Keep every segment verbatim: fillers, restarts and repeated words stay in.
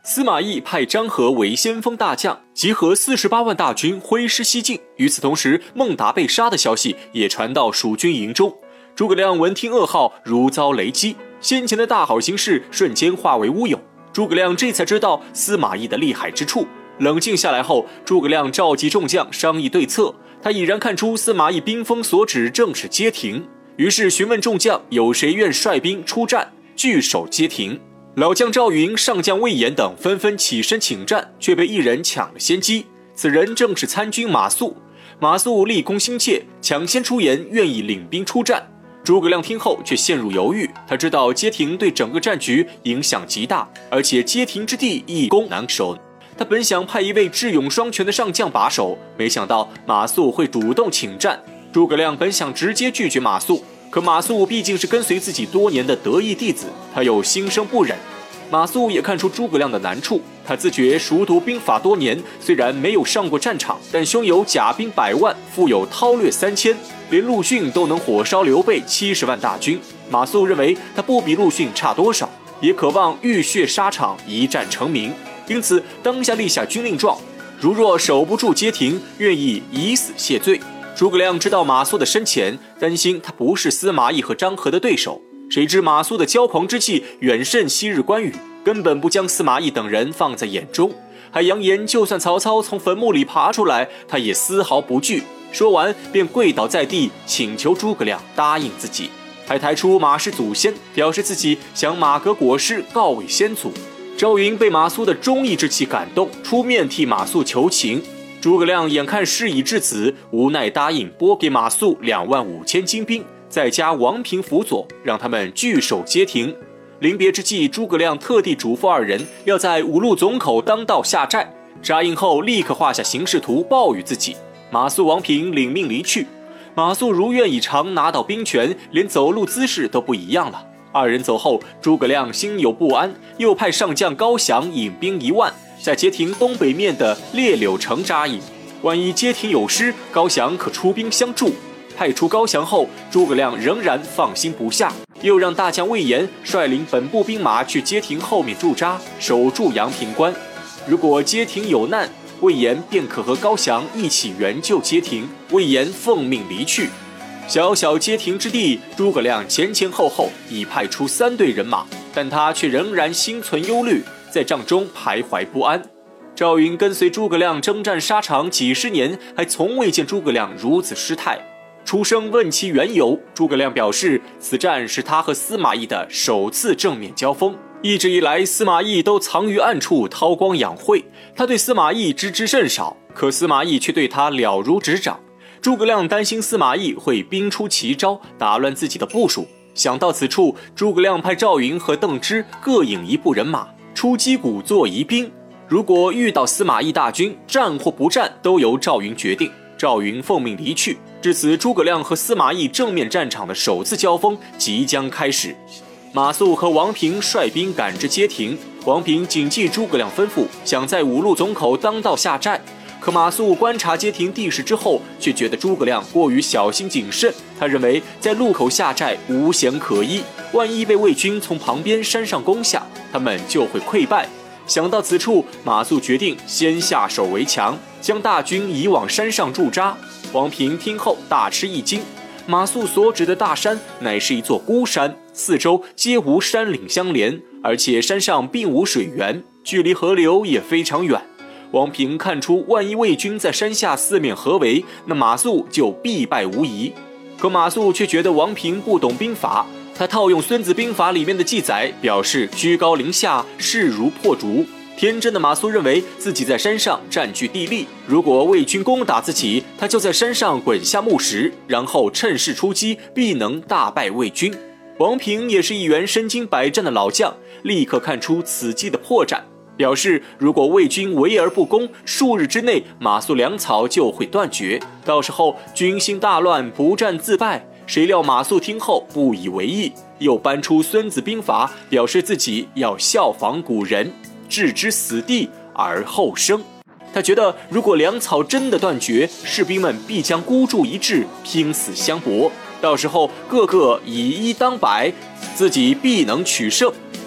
司马懿派张合为先锋大将，集合四十八万大军挥师西进。与此同时，孟达被杀的消息也传到蜀军营中。诸葛亮闻听噩耗，如遭雷击，先前的大好形势瞬间化为乌有。诸葛亮这才知道司马懿的厉害之处。冷静下来后，诸葛亮召集众将商议对策。他已然看出司马懿兵锋所指正是街亭，于是询问众将有谁愿率兵出战，据守街亭。老将赵云、上将魏延等纷纷起身请战，却被一人抢了先机。此人正是参军马谡。马谡立功心切，抢先出言愿意领兵出战。诸葛亮听后却陷入犹豫，他知道街亭对整个战局影响极大，而且街亭之地易攻难守。他本想派一位智勇双全的上将把守，没想到马谡会主动请战。诸葛亮本想直接拒绝马谡，可马谡毕竟是跟随自己多年的得意弟子，他又心生不忍。马谡也看出诸葛亮的难处，他自觉熟读兵法多年，虽然没有上过战场，但胸有甲兵百万，腹有韬略三千，连陆逊都能火烧刘备七十万大军。马谡认为他不比陆逊差多少，也渴望浴血沙场，一战成名。因此当下立下军令状，如若守不住街亭，愿意以死谢罪。诸葛亮知道马谡的深浅，担心他不是司马懿和张合的对手。谁知马谡的骄狂之气远胜昔日关羽，根本不将司马懿等人放在眼中，还扬言就算曹操从坟墓里爬出来，他也丝毫不惧。说完便跪倒在地，请求诸葛亮答应自己，还抬出马氏祖先，表示自己想马革裹尸告慰先祖。赵云被马谡的忠义之气感动，出面替马谡求情。诸葛亮眼看事已至此，无奈答应拨给马谡两万五千精兵，再加王平辅佐，让他们据守街亭。临别之际，诸葛亮特地嘱咐二人要在五路总口当道下寨，扎营后立刻画下行事图报与自己。马谡、王平领命离去。马谡如愿以偿拿到兵权，连走路姿势都不一样了。二人走后，诸葛亮心有不安，又派上将高翔引兵一万，在街亭东北面的烈柳城扎营。万一街亭有失，高翔可出兵相助。派出高翔后，诸葛亮仍然放心不下，又让大将魏延率领本部兵马去街亭后面驻扎，守住阳平关。如果街亭有难，魏延便可和高翔一起援救街亭。魏延奉命离去。小小街亭之地，诸葛亮前前后后已派出三队人马，但他却仍然心存忧虑，在帐中徘徊不安。赵云跟随诸葛亮征战沙场几十年，还从未见诸葛亮如此失态。出声问其缘由，诸葛亮表示，此战是他和司马懿的首次正面交锋。一直以来，司马懿都藏于暗处韬光养晦，他对司马懿知之甚少，可司马懿却对他了如指掌。诸葛亮担心司马懿会兵出奇招，打乱自己的部署。想到此处，诸葛亮派赵云和邓芝各引一部人马出击鼓做疑兵。如果遇到司马懿大军，战或不战都由赵云决定。赵云奉命离去。至此，诸葛亮和司马懿正面战场的首次交锋即将开始。马谡和王平率兵赶至街亭，王平谨记诸葛亮吩咐，想在五路总口当道下寨。可马谡观察街亭地势之后，却觉得诸葛亮过于小心谨慎。他认为在路口下寨无险可依，万一被魏军从旁边山上攻下，他们就会溃败。想到此处，马谡决定先下手为强，将大军移往山上驻扎。王平听后大吃一惊，马谡所指的大山乃是一座孤山，四周皆无山岭相连，而且山上并无水源，距离河流也非常远。王平看出，万一魏军在山下四面合围，那马谡就必败无疑。可马谡却觉得王平不懂兵法，他套用《孙子兵法》里面的记载，表示居高临下，势如破竹。天真的马谡认为自己在山上占据地利，如果魏军攻打自己，他就在山上滚下木石，然后趁势出击，必能大败魏军。王平也是一员身经百战的老将，立刻看出此计的破绽，表示如果魏军围而不攻，数日之内马谡粮草就会断绝，到时候军心大乱，不战自败。谁料马谡听后不以为意，又搬出《孙子兵法》，表示自己要效仿古人，置之死地而后生。他觉得如果粮草真的断绝，士兵们必将孤注一掷，拼死相搏，到时候个个以一当百，自己必能取胜。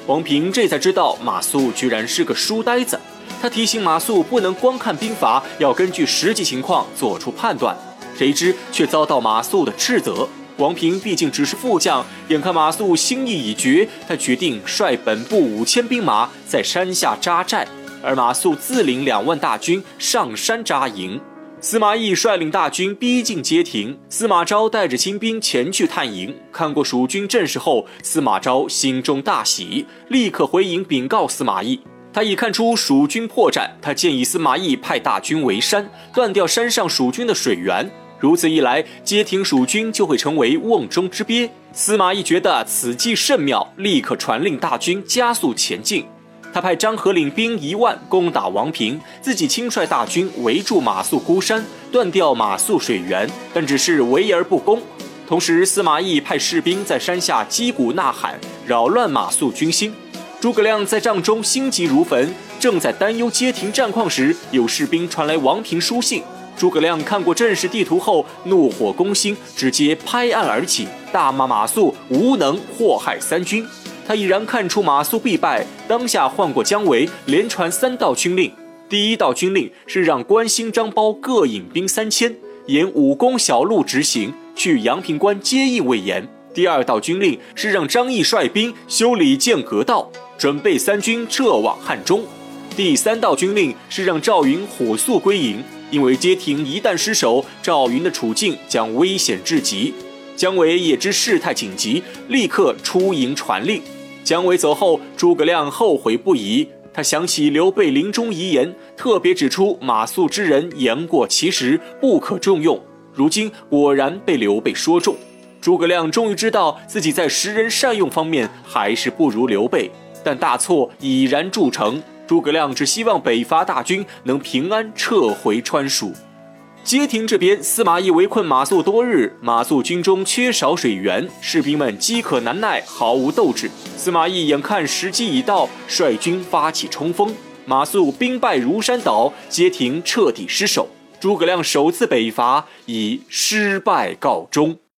王平这才知道马谡居然是个书呆子，他提醒马谡不能光看兵法，要根据实际情况做出判断，谁知却遭到马谡的斥责。王平毕竟只是副将，眼看马谡心意已决，他决定率本部五千兵马在山下扎寨，而马谡自领两万大军上山扎营。司马懿率领大军逼近街亭，司马昭带着亲兵前去探营。看过蜀军阵势后，司马昭心中大喜，立刻回营禀告司马懿。他已看出蜀军破绽，他建议司马懿派大军围山，断掉山上蜀军的水源。如此一来，街亭蜀军就会成为瓮中之鳖。司马懿觉得此计甚妙，立刻传令大军加速前进。他派张合领兵一万攻打王平，自己亲率大军围住马谡孤山，断掉马谡水源，但只是围而不攻。同时，司马懿派士兵在山下击鼓呐喊，扰乱马谡军心。诸葛亮在帐中心急如焚，正在担忧街亭战况时，有士兵传来王平书信。诸葛亮看过阵势地图后，怒火攻心，直接拍案而起，大骂马谡无能，祸害三军。他已然看出马谡必败，当下换过姜维，连传三道军令。第一道军令是让关兴、张苞各引兵三千，沿武功小路直行，去阳平关接应魏延。第二道军令是让张翼率兵修理剑阁道，准备三军撤往汉中。第三道军令是让赵云火速归营，因为街亭一旦失守，赵云的处境将危险至极。姜维也知事态紧急，立刻出营传令。姜维走后，诸葛亮后悔不已。他想起刘备临终遗言，特别指出马谡之人言过其实，不可重用。如今果然被刘备说中。诸葛亮终于知道自己在识人善用方面还是不如刘备，但大错已然铸成。诸葛亮只希望北伐大军能平安撤回川蜀。街亭这边，司马懿围困马谡多日，马谡军中缺少水源，士兵们饥渴难耐，毫无斗志。司马懿眼看时机已到，率军发起冲锋，马谡兵败如山倒，街亭彻底失守。诸葛亮首次北伐以失败告终。